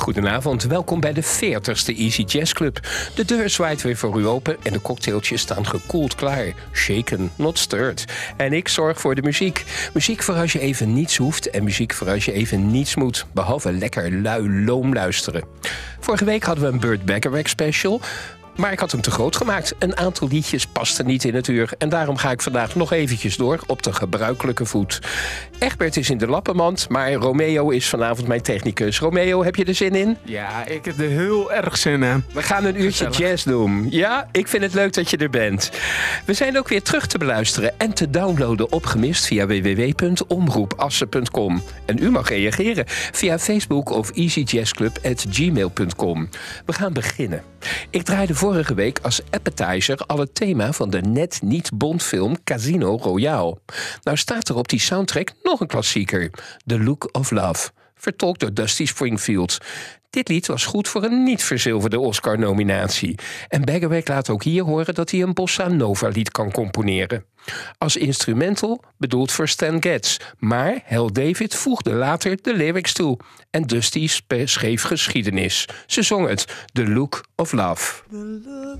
Goedenavond, welkom bij de 40ste Easy Jazz Club. De deur zwaait weer voor u open en de cocktailtjes staan gekoeld klaar. Shaken, not stirred. En ik zorg voor de muziek. Muziek voor als je even niets hoeft en muziek voor als je even niets moet. Behalve lekker lui loom luisteren. Vorige week hadden we een Burt Bacharach special. Maar ik had hem te groot gemaakt. Een aantal liedjes pasten niet in het uur. En daarom ga ik vandaag nog eventjes door op de gebruikelijke voet. Egbert is in de lappenmand, maar Romeo is vanavond mijn technicus. Romeo, heb je er zin in? Ja, ik heb er heel erg zin in. We gaan een uurtje jazz doen. Ja, ik vind het leuk dat je er bent. We zijn ook weer terug te beluisteren en te downloaden op Gemist via www.omroepassen.com. En u mag reageren via Facebook of easyjazzclub@gmail.com. We gaan beginnen. Ik draaide vorige week als appetizer al het thema van de net niet Bondfilm Casino Royale. Nou staat er op die soundtrack nog een klassieker, The Look of Love, vertolkt door Dusty Springfield. Dit lied was goed voor een niet verzilverde Oscar-nominatie. En Bacharach laat ook hier horen dat hij een bossa nova lied kan componeren. Als instrumental bedoeld voor Stan Getz. Maar Hal David voegde later de lyrics toe. En Dusty schreef geschiedenis. Ze zong het The Look of Love. The look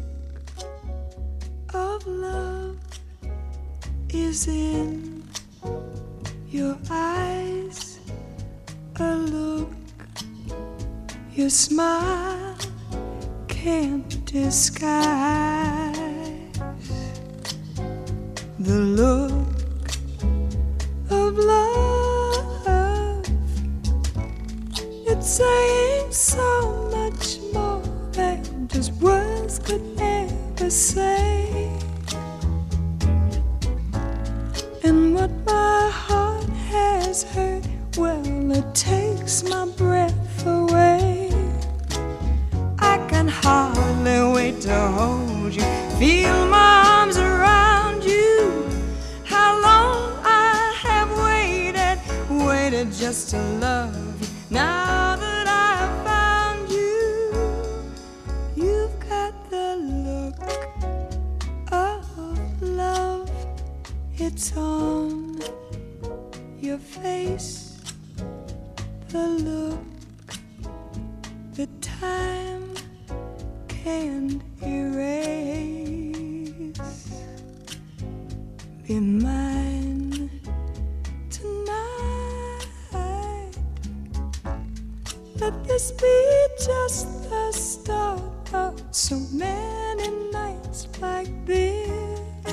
of love is in your eyes. A look your smile can't disguise. The look of love, it's saying so much more than just words could ever say. And what my heart has heard, well, it takes my breath away. I can hardly wait to hold you, feel my arms around you. How long I have waited just to love you. Now that I've found you, you've got the look of love. It's on your face. The look that time can't erase. Be mine tonight. Let this be just the start of so many nights like this.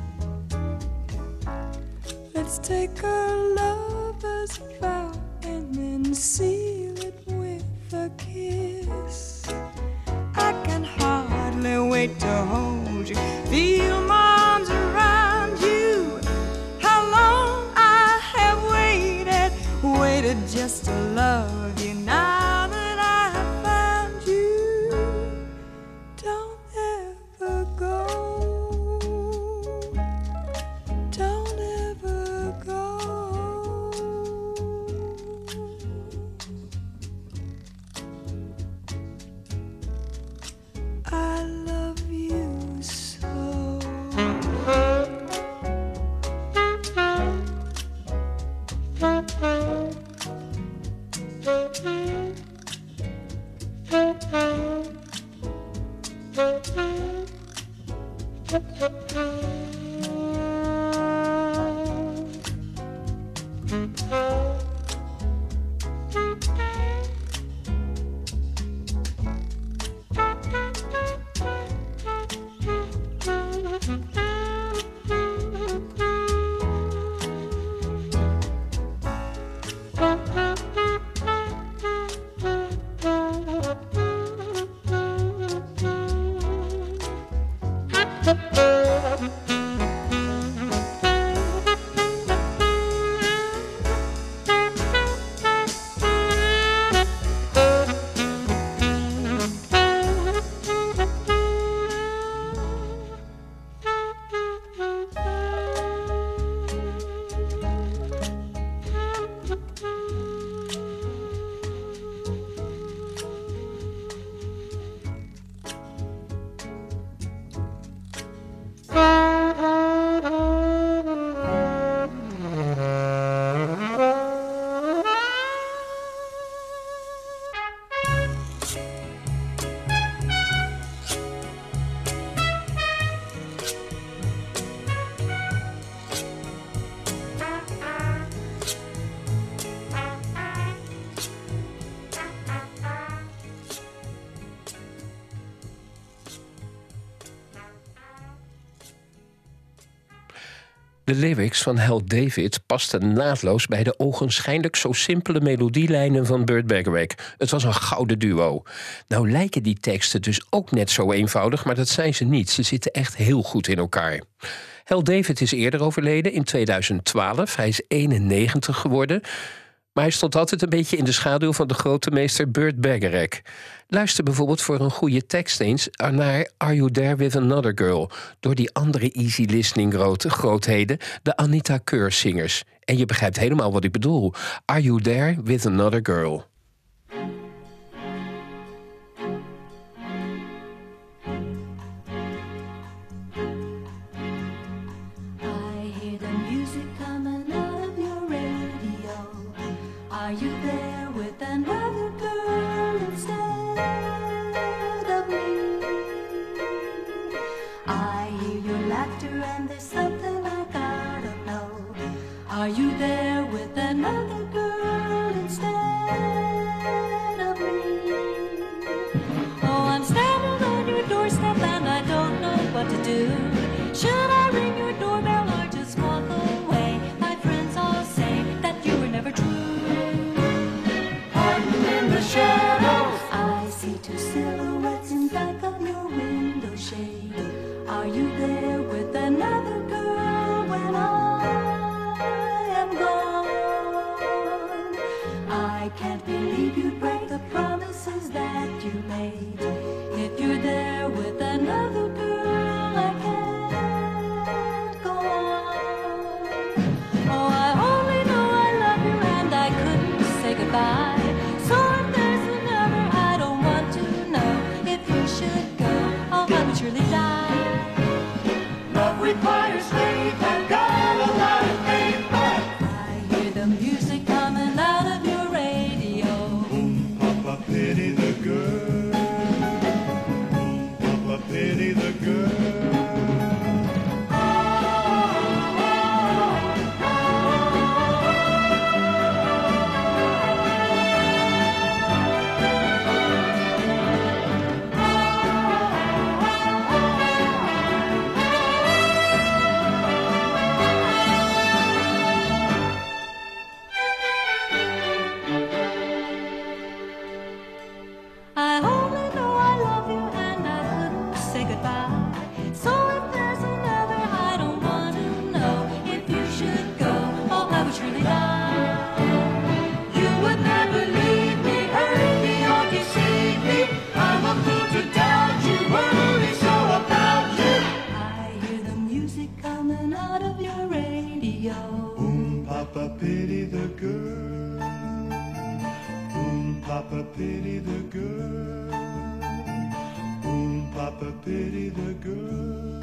Let's take a lover's vow and then seal it with a kiss. I can hardly wait to hold you, feel my arms around you. How long I have waited just to love you. Now that I have found you, don't ever go. Don't ever go. I love you so. De lyrics van Hal David pasten naadloos bij de ogenschijnlijk zo simpele melodielijnen van Burt Bacharach. Het was een gouden duo. Nou lijken die teksten dus ook net zo eenvoudig, maar dat zijn ze niet. Ze zitten echt heel goed in elkaar. Hal David is eerder overleden, in 2012. Hij is 91 geworden. Maar hij stond altijd een beetje in de schaduw van de grote meester Burt Bacharach. Luister bijvoorbeeld voor een goede tekst eens naar Are You There With Another Girl, door die andere easy listening grootheden, de Anita Keur-zingers. En je begrijpt helemaal wat ik bedoel. Are You There With Another Girl? Are you there with another girl instead of me? I hear your laughter and there's something I gotta know. Are you there with another girl instead of me? Oh, I'm standing on your doorstep and I don't know what to do. Should I ring your doorbell or just walk away? My friends all say that you were never true. Shadows. I see two silhouettes in back of your window shade. Are you there with another girl when I am gone? I can't believe you'd break the promises that you made. If you're there with another girl, I can't go on. Oh, I only know I love you and I couldn't say goodbye. Surely die. Love requires faith and got a lot of faith, but I hear the music coming out of your radio. Boom, Papa, pity the girl. Boom, Papa, pity the girl. Papa, pity the girl. Papa, pity the girl.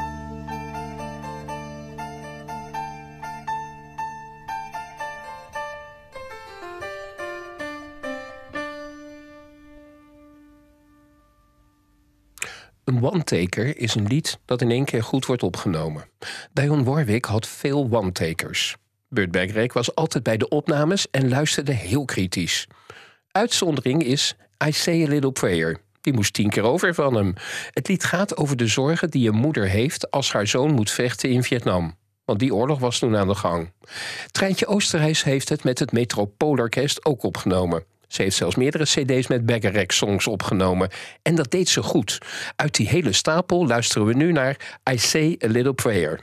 Een one-taker is een lied dat in één keer goed wordt opgenomen. Dionne Warwick had veel one-takers. Burt Bacharach was altijd bij de opnames en luisterde heel kritisch. Uitzondering is I Say a Little Prayer. Die moest 10 keer over van hem. Het lied gaat over de zorgen die een moeder heeft als haar zoon moet vechten in Vietnam. Want die oorlog was toen aan de gang. Treintje Oosterhuis heeft het met het Metropoolorkest ook opgenomen. Ze heeft zelfs meerdere cd's met Bacharach-songs opgenomen. En dat deed ze goed. Uit die hele stapel luisteren we nu naar I Say a Little Prayer.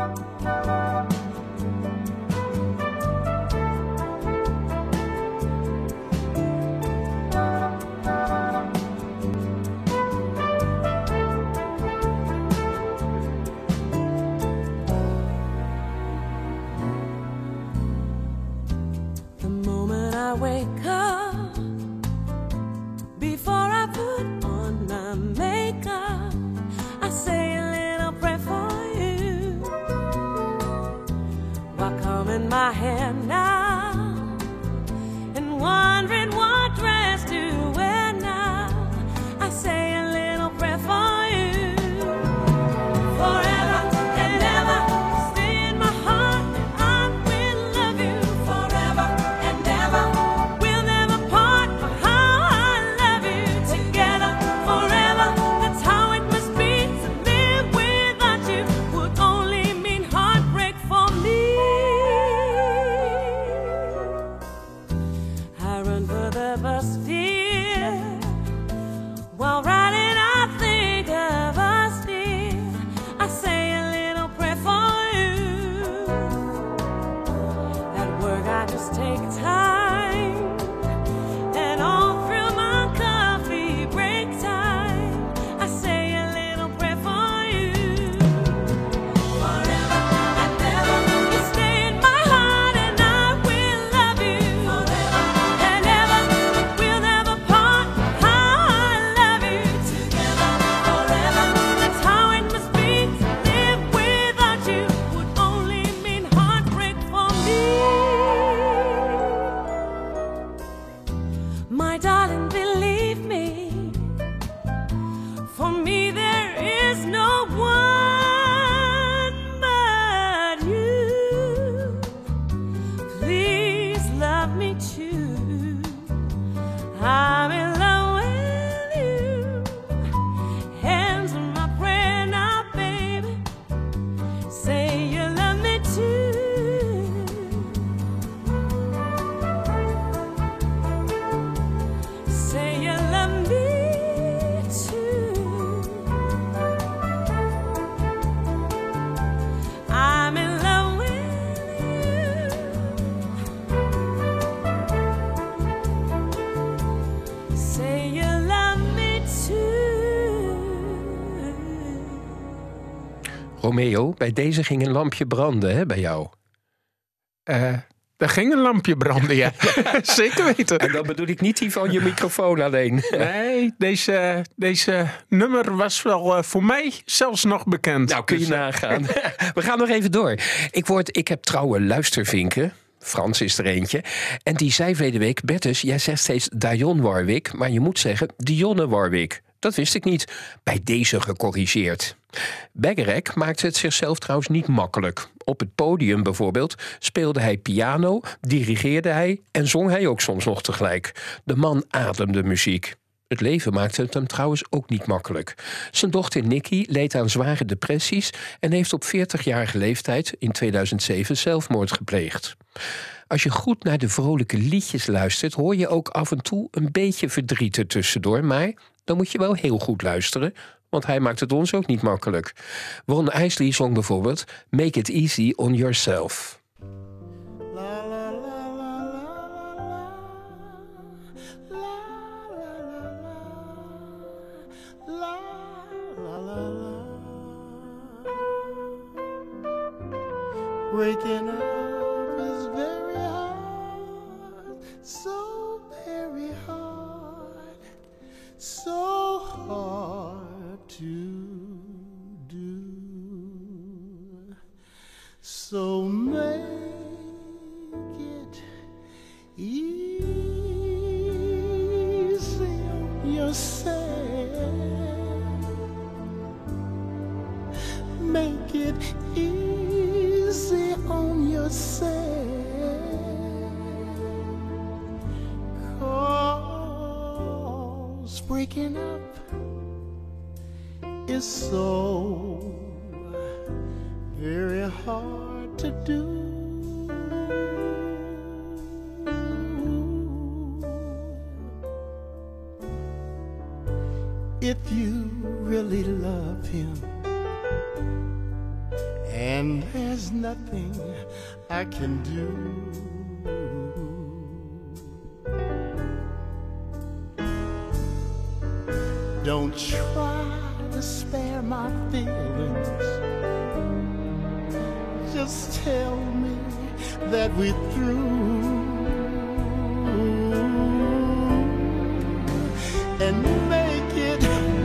Wake up before I put on my makeup. I say a little prayer for you. While combing my hair now and wondering what dress to wear now, I say a little prayer for you. Forever and ever, stay in my heart. I will love you forever and ever. For me. Romeo, bij deze ging een lampje branden, hè, bij jou. Er ging een lampje branden, ja. Zeker weten. En dan bedoel ik niet die van je microfoon alleen. Nee, deze nummer was wel voor mij zelfs nog bekend. Nou, kun je nagaan. We gaan nog even door. Ik heb trouwe luistervinken. Frans is er eentje. En die zei verleden week, Bertus, jij zegt steeds Dionne Warwick, maar je moet zeggen Dionne Warwick. Dat wist ik niet. Bij deze gecorrigeerd. Bergerac maakte het zichzelf trouwens niet makkelijk. Op het podium bijvoorbeeld speelde hij piano, dirigeerde hij en zong hij ook soms nog tegelijk. De man ademde muziek. Het leven maakte het hem trouwens ook niet makkelijk. Zijn dochter Nicky leed aan zware depressies en heeft op 40-jarige leeftijd in 2007 zelfmoord gepleegd. Als je goed naar de vrolijke liedjes luistert, hoor je ook af en toe een beetje verdriet er tussendoor, maar dan moet je wel heel goed luisteren, want hij maakt het ons ook niet makkelijk. Ron Isley zong bijvoorbeeld Make It Easy on Yourself. Waking up is very hard, so very hard, so hard to do. So make it easy on yourself. Make it easy on yourself, 'cause breaking up is so very hard to do. If you really love him, and there's nothing I can do, don't try to spare my feelings. Just tell me that we're through, and make it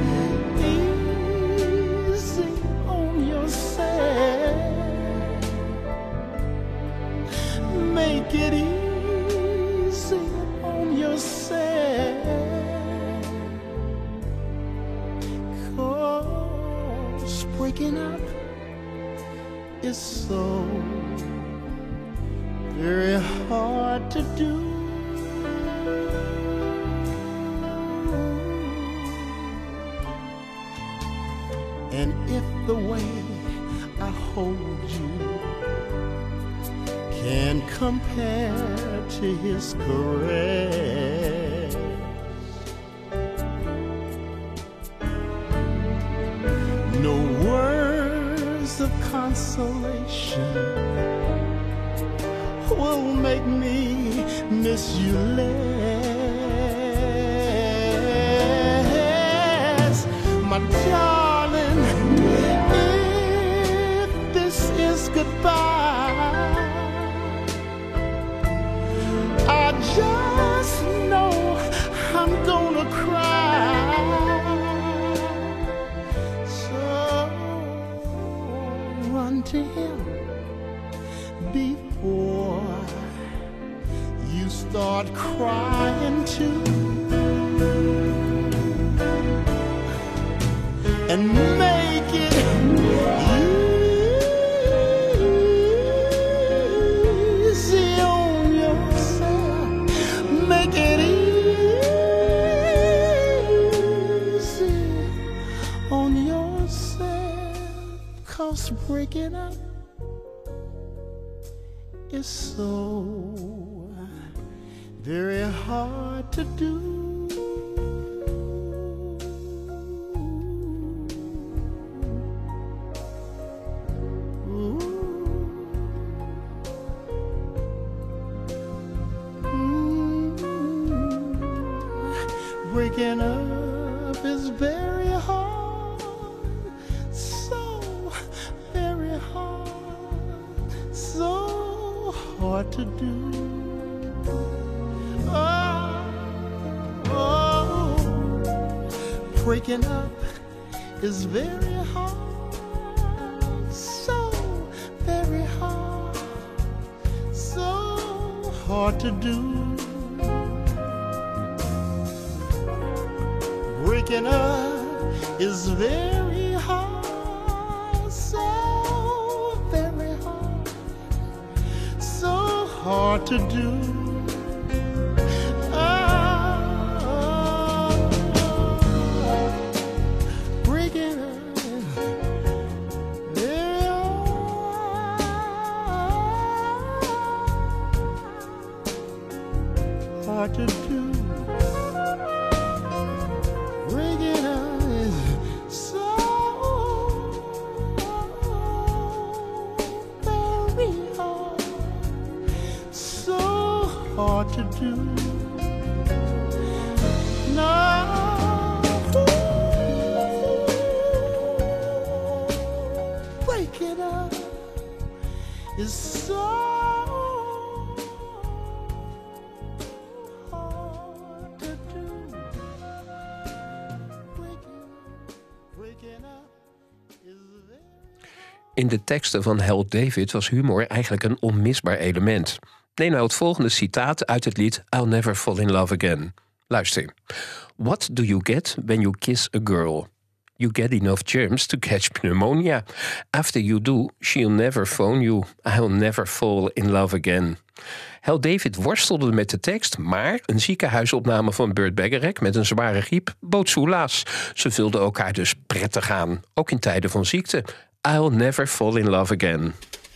easy on yourself. Make it easy on yourself, 'cause breaking up is so very hard to do. And if the way I hold you can compare to his caress, no words of consolation will make me miss you less, my darling. If this is goodbye, I just know I'm gonna cry. So run to him before you start crying too, and make it easy on yourself. Make it easy on yourself, 'cause breaking up is so very hard to do. Breaking up is very hard, so hard to do. Breaking up is very hard, so very hard, so hard to do. Breaking up is very hard, so very hard, so hard to do. Hard to do. Breaking up is so very hard, so hard to do. Now, breaking up is so In de teksten van Hal David was humor eigenlijk een onmisbaar element. Neem nou het volgende citaat uit het lied I'll Never Fall in Love Again. Luister. What do you get when you kiss a girl? You get enough germs to catch pneumonia. After you do, she'll never phone you. I'll never fall in love again. Hal David worstelde met de tekst, maar een ziekenhuisopname van Burt Bacharach met een zware griep bood soelaas. Ze vulden elkaar dus prettig aan, ook in tijden van ziekte. I'll never fall in love again.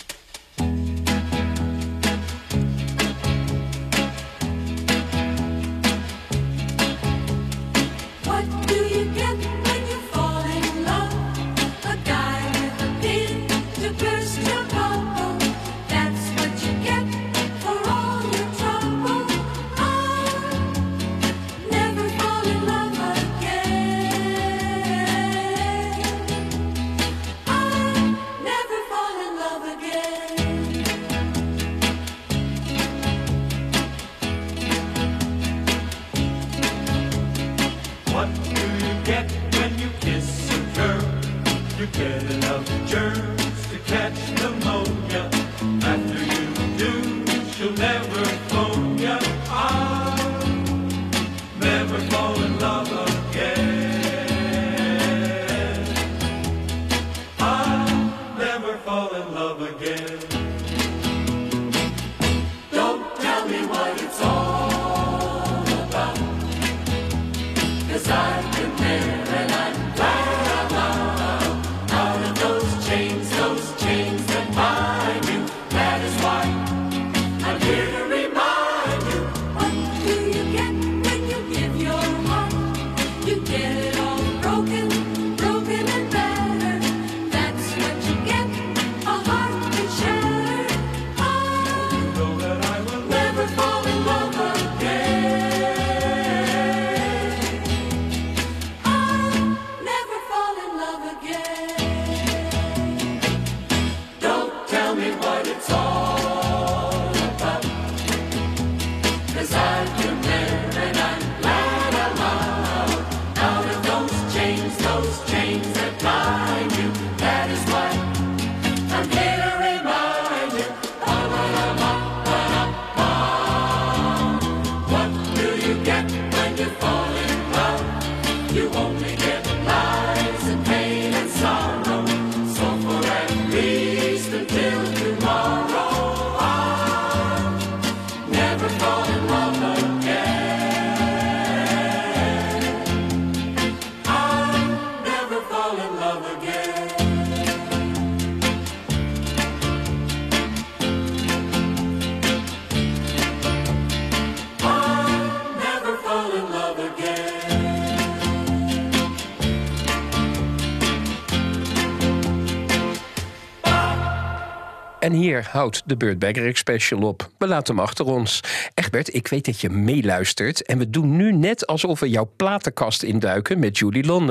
En hier houdt de Burt Bacharach special op. We laten hem achter ons. Egbert, ik weet dat je meeluistert. En we doen nu net alsof we jouw platenkast induiken met Julie London.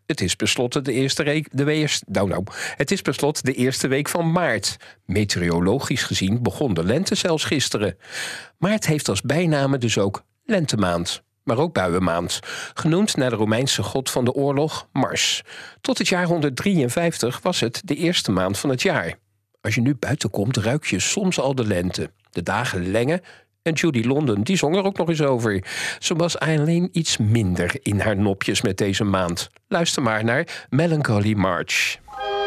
Het is besloten het is besloten de eerste week van maart. Meteorologisch gezien begon de lente zelfs gisteren. Maart heeft als bijnaam dus ook lentemaand. Maar ook buienmaand, genoemd naar de Romeinse god van de oorlog, Mars. Tot het jaar 153 was het de eerste maand van het jaar. Als je nu buiten komt, ruik je soms al de lente. De dagen lengen en Judy London, die zong er ook nog eens over. Ze was alleen iets minder in haar nopjes met deze maand. Luister maar naar Melancholy March.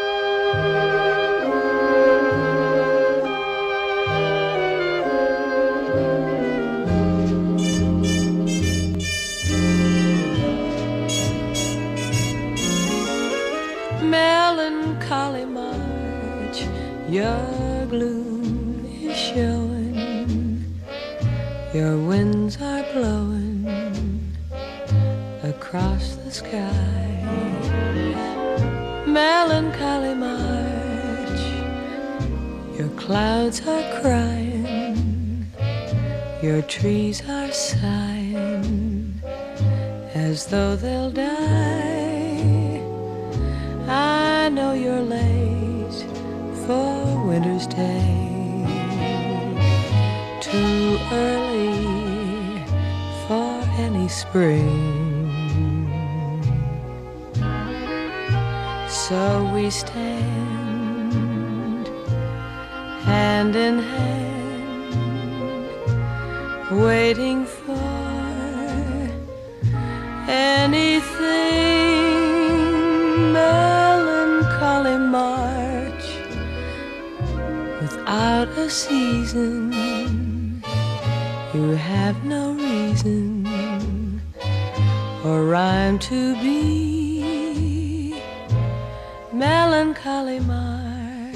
Melancholy March, your gloom is showing, your winds are blowing across the sky. Melancholy March, your clouds are crying, your trees are sighing, as though they'll die. I know you're late for winter's day, too early for any spring. So we stand hand in hand, waiting for anything. Melancholy March, without a season, you have no reason or rhyme to be. Melancholy March,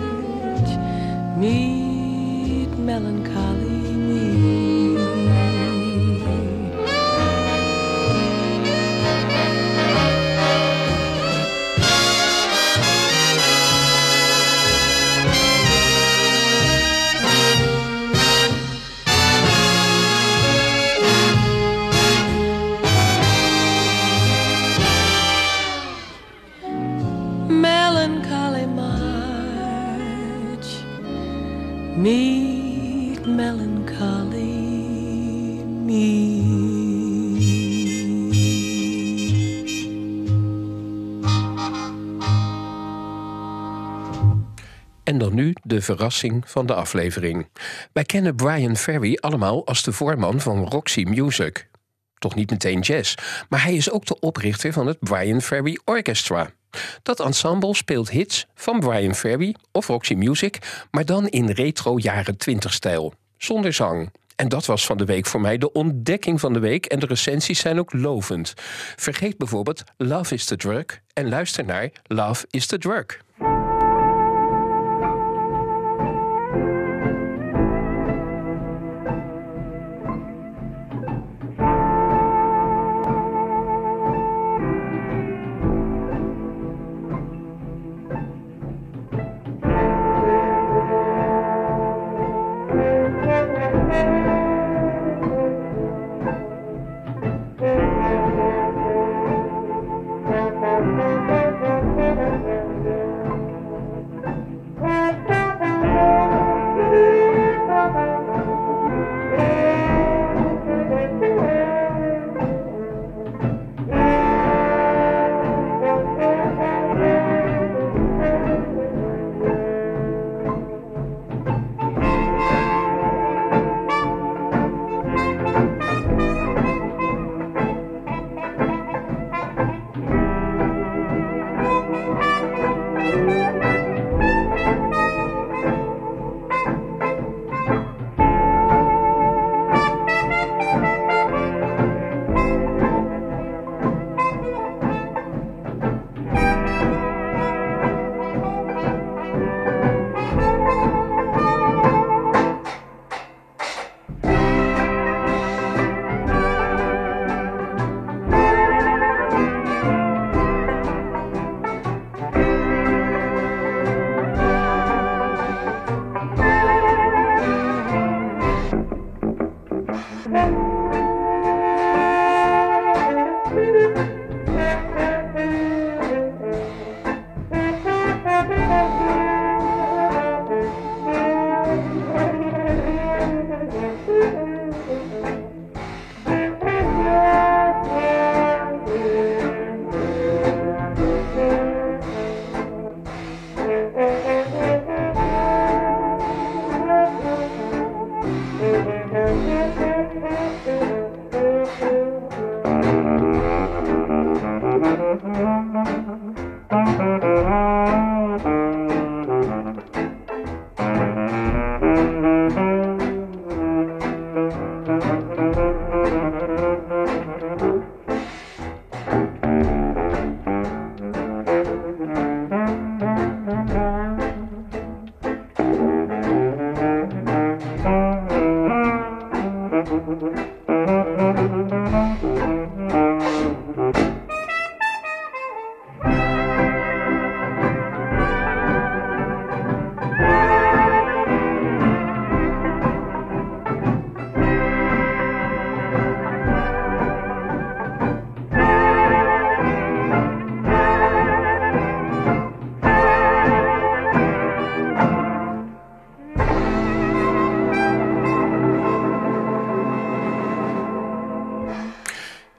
meet melancholy me. Melancholy March, meet melancholy me. En dan nu de verrassing van de aflevering. Wij kennen Bryan Ferry allemaal als de voorman van Roxy Music. Toch niet meteen jazz, maar hij is ook de oprichter van het Bryan Ferry Orchestra. Dat ensemble speelt hits van Bryan Ferry of Roxy Music, maar dan in retro jaren 20-stijl, zonder zang. En dat was van de week voor mij de ontdekking van de week en de recensies zijn ook lovend. Vergeet bijvoorbeeld Love is the Drug en luister naar Love is the Drug.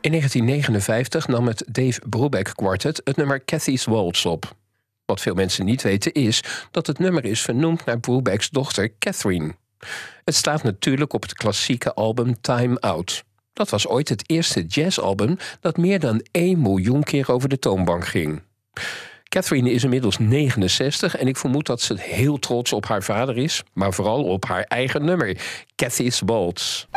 In 1959 nam het Dave Brubeck Quartet het nummer Cathy's Waltz op. Wat veel mensen niet weten is dat het nummer is vernoemd naar Brubeck's dochter Catherine. Het staat natuurlijk op het klassieke album Time Out. Dat was ooit het eerste jazzalbum dat meer dan 1 miljoen keer over de toonbank ging. Catherine is inmiddels 69 en ik vermoed dat ze heel trots op haar vader is, maar vooral op haar eigen nummer, Cathy's Waltz.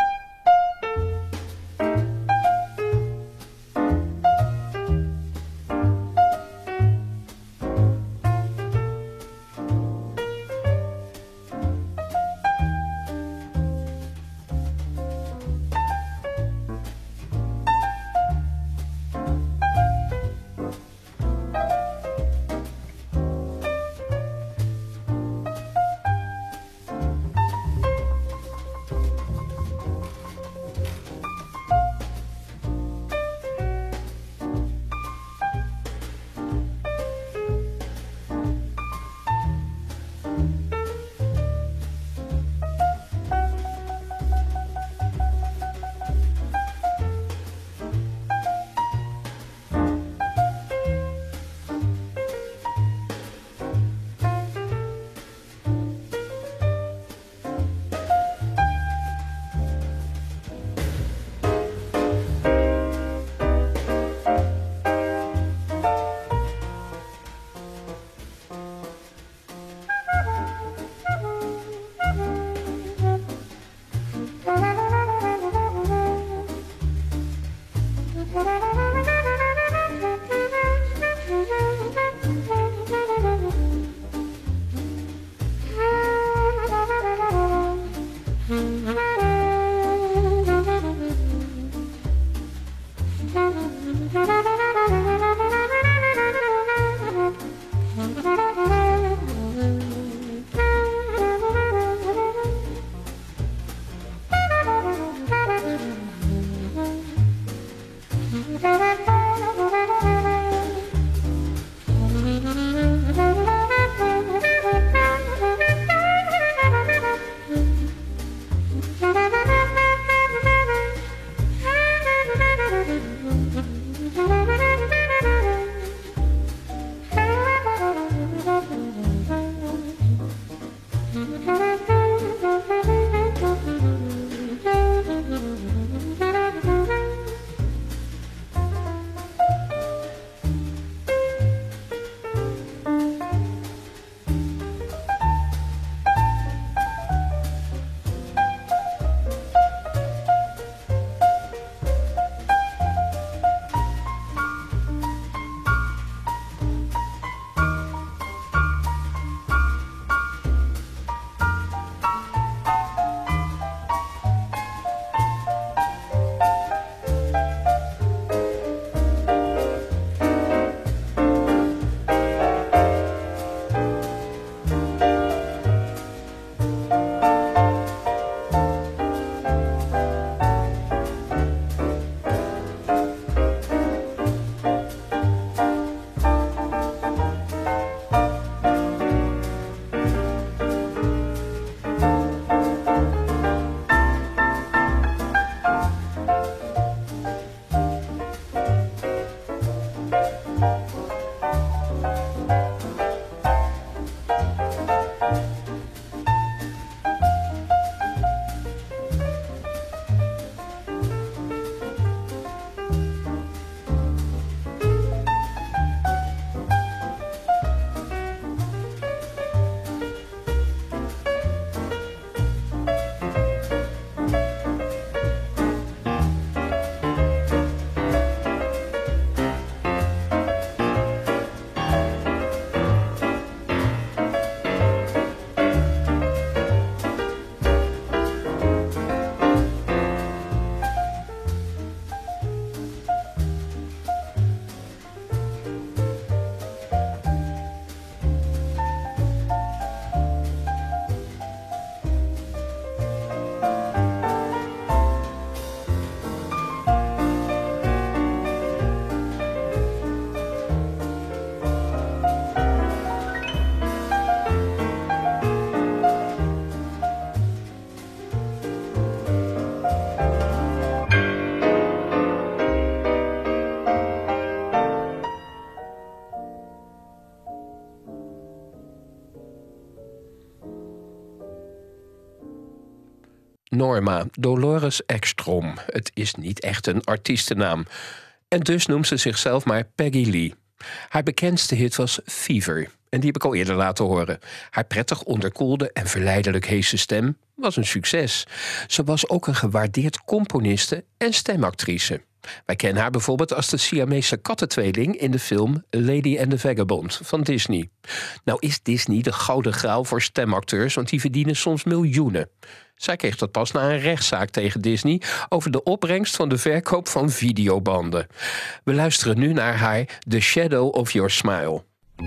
Norma Dolores Ekstrom. Het is niet echt een artiestennaam. En dus noemt ze zichzelf maar Peggy Lee. Haar bekendste hit was Fever. En die heb ik al eerder laten horen. Haar prettig onderkoelde en verleidelijk heese stem was een succes. Ze was ook een gewaardeerd componiste en stemactrice. Wij kennen haar bijvoorbeeld als de Siamese kattentweeling in de film Lady and the Vagabond van Disney. Nou is Disney de gouden graal voor stemacteurs, want die verdienen soms miljoenen. Zij kreeg dat pas na een rechtszaak tegen Disney over de opbrengst van de verkoop van videobanden. We luisteren nu naar haar The Shadow of Your Smile.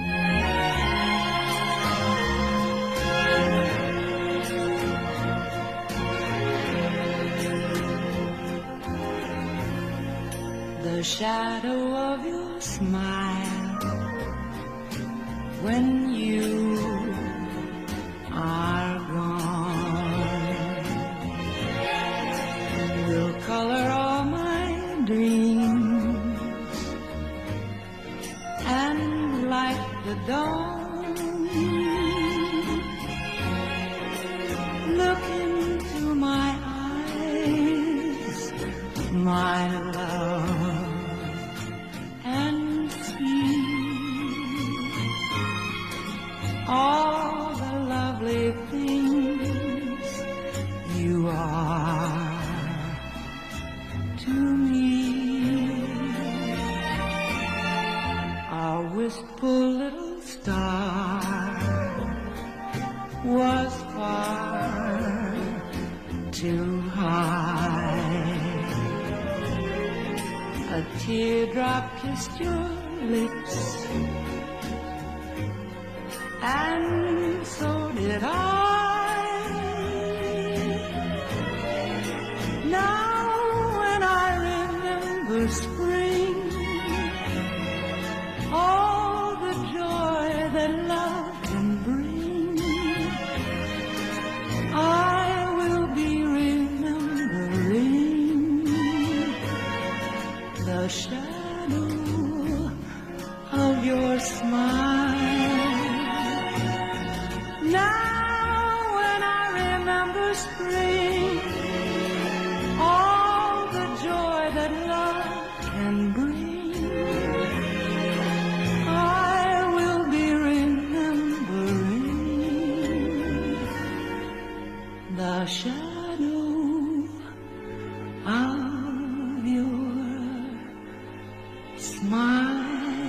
The shadow of your smile when you are gone will color all my dreams and light the dawn. Look into my eyes, my love, and see all the lovely things you are to me. A wistful little star was far too high. A teardrop kissed your lips, and so did I. Now when I remember spring, all the joy that love can bring, I will be remembering the shadow of your smile. Now when I remember spring, all the joy that love can bring, I will be remembering the shadow of your smile.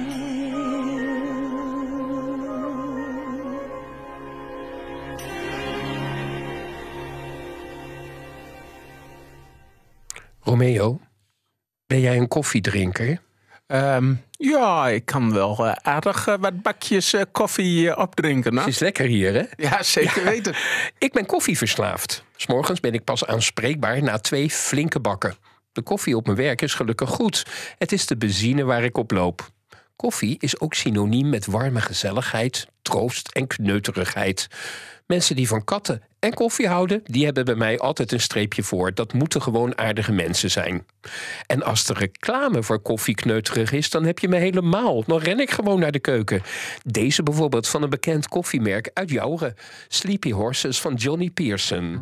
Romeo, ben jij een koffiedrinker? Ja, ik kan wel aardig wat bakjes koffie opdrinken. Het is lekker hier, hè? Ja, zeker weten. Ik ben koffieverslaafd. 's Morgens ben ik pas aanspreekbaar na 2 flinke bakken. De koffie op mijn werk is gelukkig goed. Het is de benzine waar ik op loop. Koffie is ook synoniem met warme gezelligheid, troost en kneuterigheid. Mensen die van katten en koffie houden, die hebben bij mij altijd een streepje voor. Dat moeten gewoon aardige mensen zijn. En als de reclame voor koffie kneuterig is, dan heb je me helemaal. Dan ren ik gewoon naar de keuken. Deze bijvoorbeeld van een bekend koffiemerk uit Jouren. Sleepy Horses van Johnny Pearson.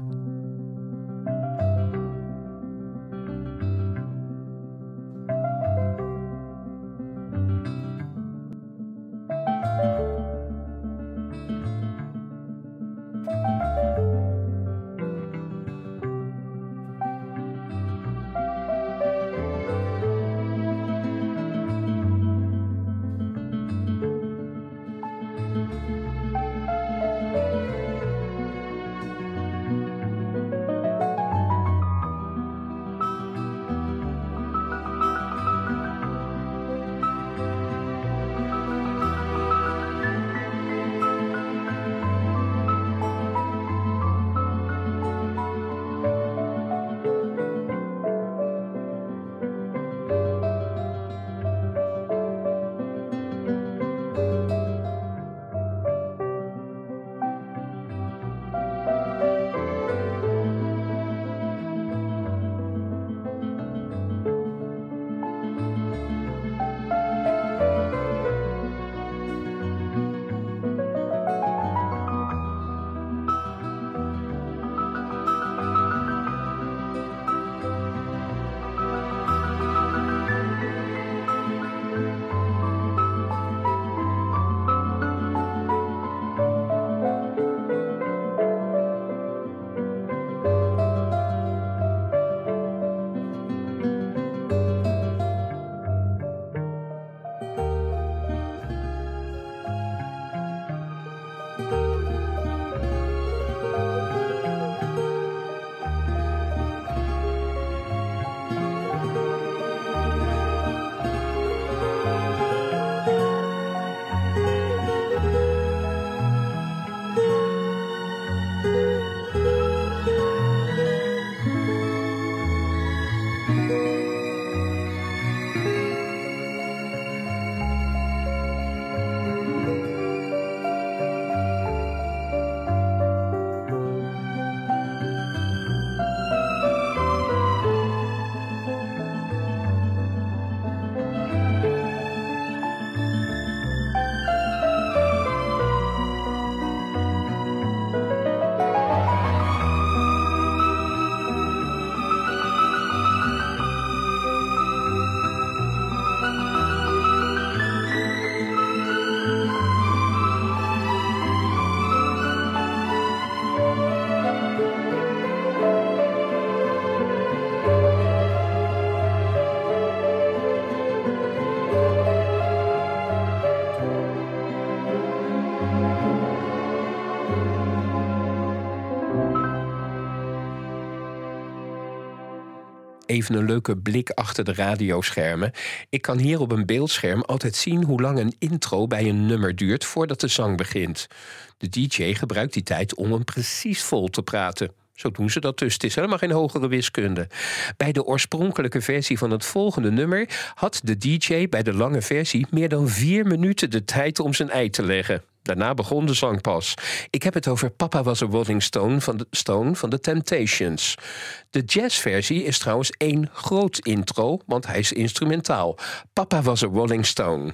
even een leuke blik achter de radioschermen. Ik kan hier op een beeldscherm altijd zien hoe lang een intro bij een nummer duurt voordat de zang begint. De DJ gebruikt die tijd om hem precies vol te praten. Zo doen ze dat dus. Het is helemaal geen hogere wiskunde. Bij de oorspronkelijke versie van het volgende nummer had de DJ bij de lange versie meer dan 4 minuten de tijd om zijn ei te leggen. Daarna begon de zang pas. Ik heb het over Papa Was a Rolling Stone van The Temptations. De jazzversie is trouwens 1 groot intro, want hij is instrumentaal. Papa Was a Rolling Stone.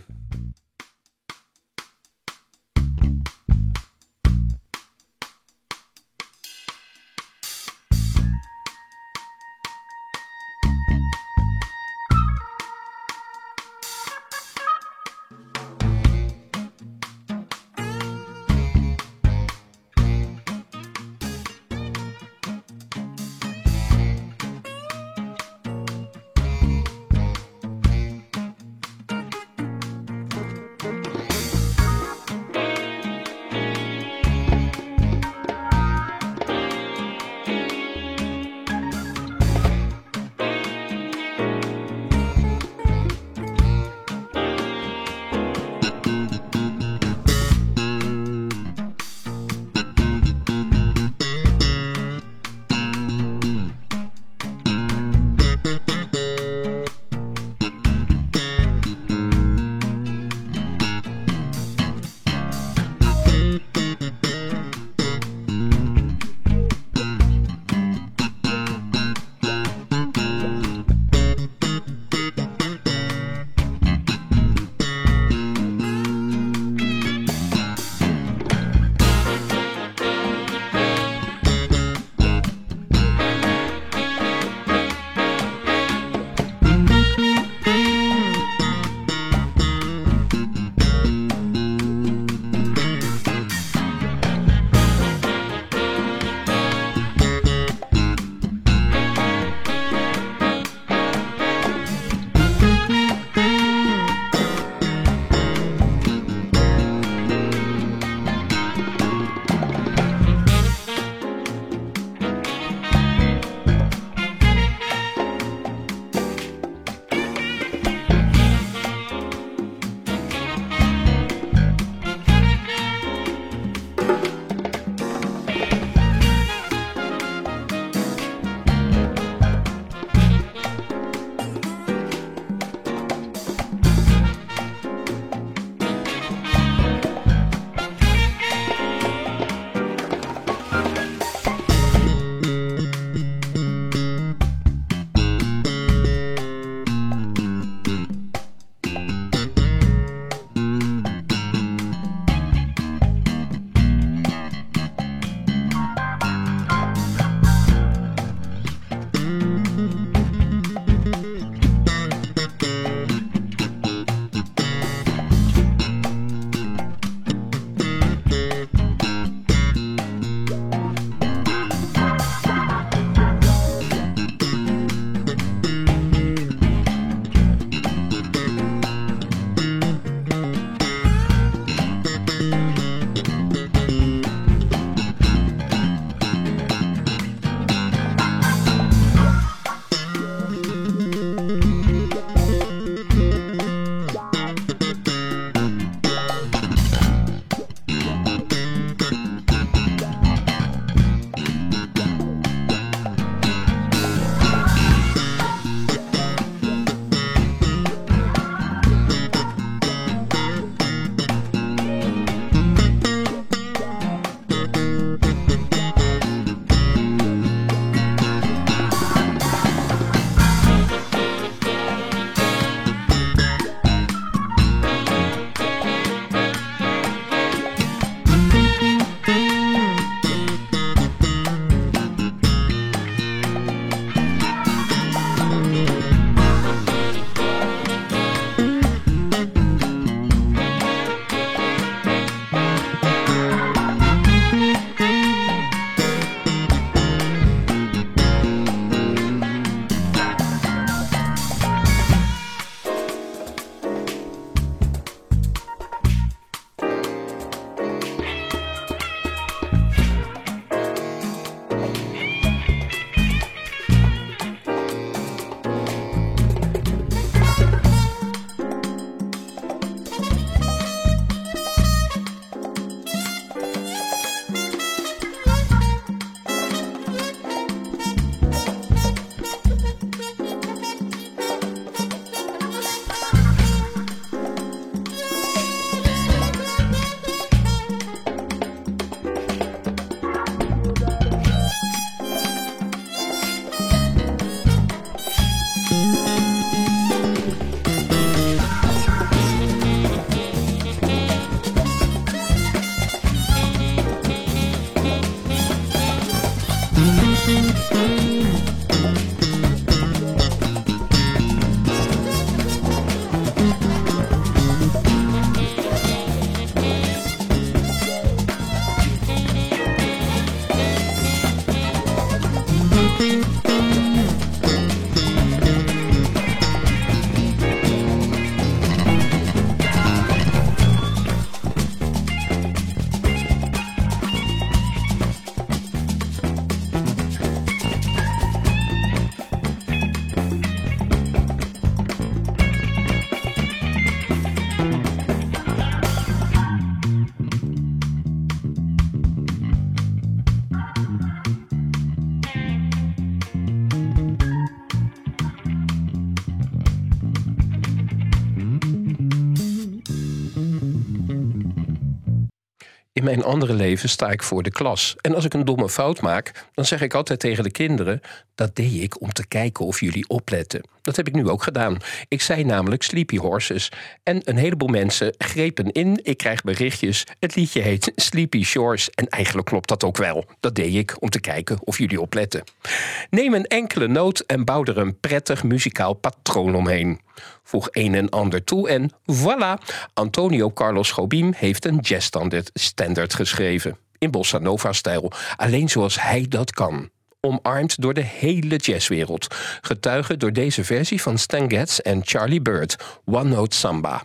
In mijn andere leven sta ik voor de klas. En als ik een domme fout maak, dan zeg ik altijd tegen de kinderen: dat deed ik om te kijken of jullie opletten. Dat heb ik nu ook gedaan. Ik zei namelijk Sleepy Horses. En een heleboel mensen grepen in. Ik krijg berichtjes. Het liedje heet Sleepy Shores. En eigenlijk klopt dat ook wel. Dat deed ik om te kijken of jullie opletten. Neem een enkele noot en bouw er een prettig muzikaal patroon omheen. Voeg een en ander toe en voilà! Antonio Carlos Jobim heeft een jazzstandard geschreven. In bossa nova-stijl. Alleen zoals hij dat kan. Omarmd door de hele jazzwereld. Getuige door deze versie van Stan Getz en Charlie Byrd. One Note Samba.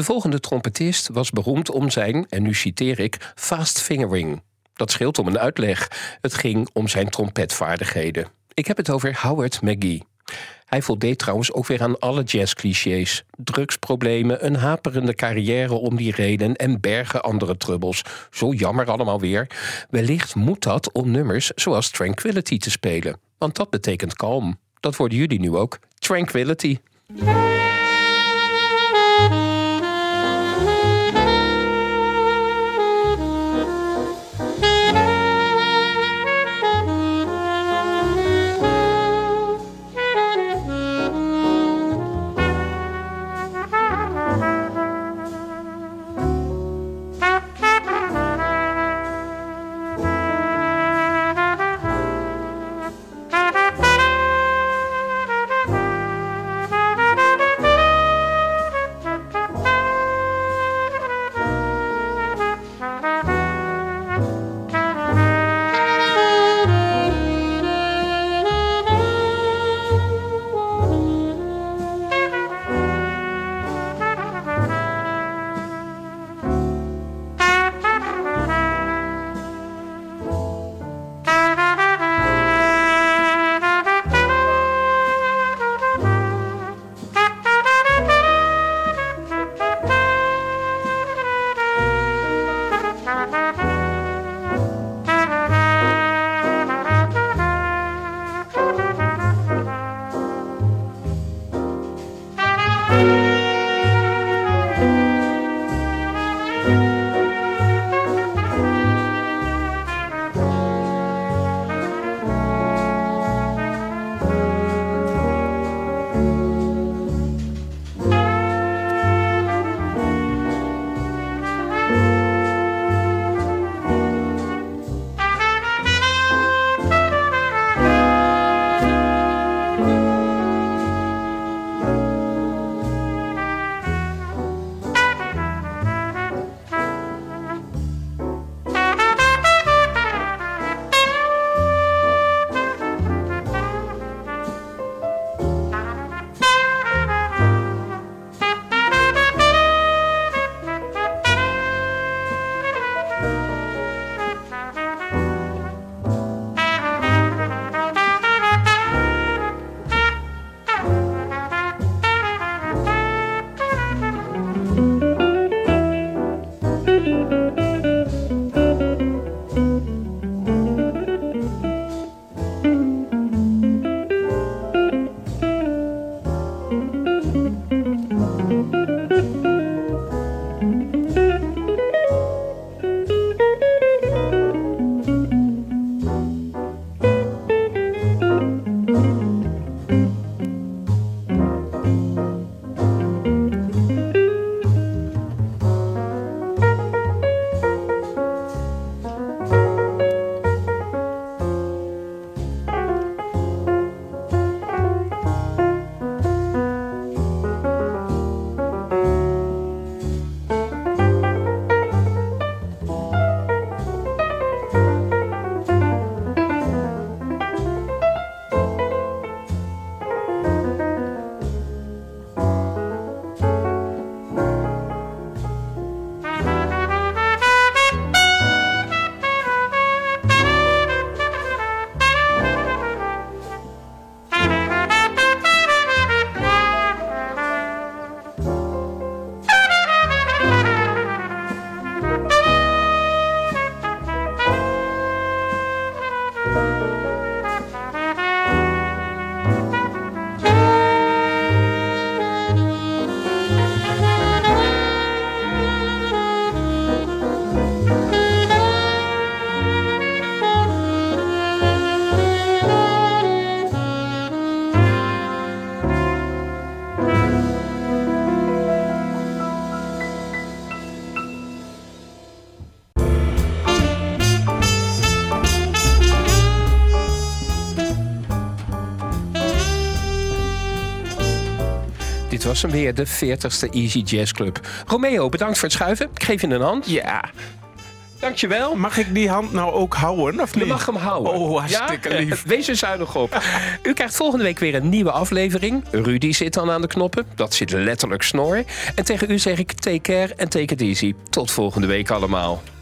volgende trompetist was beroemd om zijn, en nu citeer ik, fast fingering. Dat scheelt om een uitleg. Het ging om zijn trompetvaardigheden. Ik heb het over Howard McGhee. Hij voldeed trouwens ook weer aan alle jazzclichés. Drugsproblemen, een haperende carrière om die reden en bergen andere trubbels. Zo jammer allemaal weer. Wellicht moet dat om nummers zoals Tranquility te spelen. Want dat betekent kalm. Dat worden jullie nu ook. Tranquility. Dit was hem weer, de 40ste Easy Jazz Club. Romeo, bedankt voor het schuiven. Ik geef je een hand. Ja. Dankjewel. Mag ik die hand nou ook houden, of niet? Je mag hem houden. Oh, hartstikke lief. Wees er zuinig op. U krijgt volgende week weer een nieuwe aflevering. Rudy zit dan aan de knoppen. Dat zit letterlijk snor. En tegen u zeg ik take care en take it easy. Tot volgende week allemaal.